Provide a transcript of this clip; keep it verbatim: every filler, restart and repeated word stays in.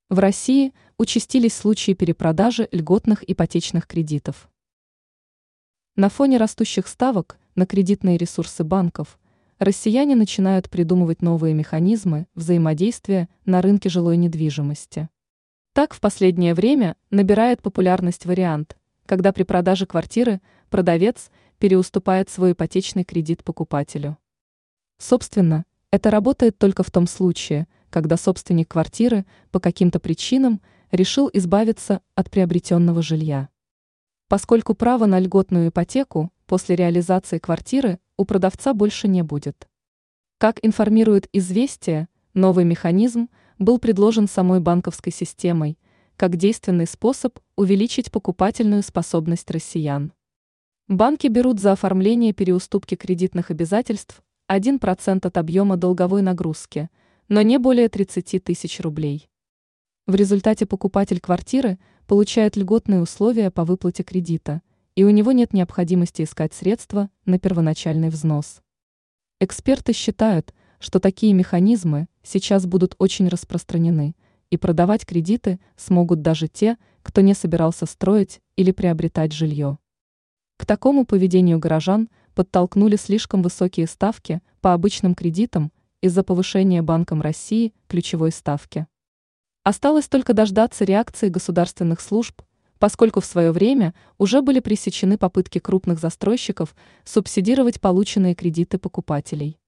В России участились случаи перепродажи льготных ипотечных кредитов. На фоне растущих ставок на кредитные ресурсы банков россияне начинают придумывать новые механизмы взаимодействия на рынке жилой недвижимости. Так в последнее время набирает популярность вариант, когда при продаже квартиры продавец переуступает свой ипотечный кредит покупателю. Собственно, это работает только в том случае, когда собственник квартиры по каким-то причинам решил избавиться от приобретенного жилья. Поскольку права на льготную ипотеку после реализации квартиры у продавца больше не будет. Как информирует «Известия», новый механизм был предложен самой банковской системой как действенный способ увеличить покупательную способность россиян. Банки берут за оформление переуступки кредитных обязательств один процент от объема долговой нагрузки, но не более тридцати тысяч рублей. В результате покупатель квартиры получает льготные условия по выплате кредита, и у него нет необходимости искать средства на первоначальный взнос. Эксперты считают, что такие механизмы сейчас будут очень распространены, и продавать кредиты смогут даже те, кто не собирался строить или приобретать жилье. К такому поведению горожан подтолкнули слишком высокие ставки по обычным кредитам из-за повышения Банком России ключевой ставки. Осталось только дождаться реакции государственных служб, поскольку в свое время уже были пресечены попытки крупных застройщиков субсидировать полученные кредиты покупателей.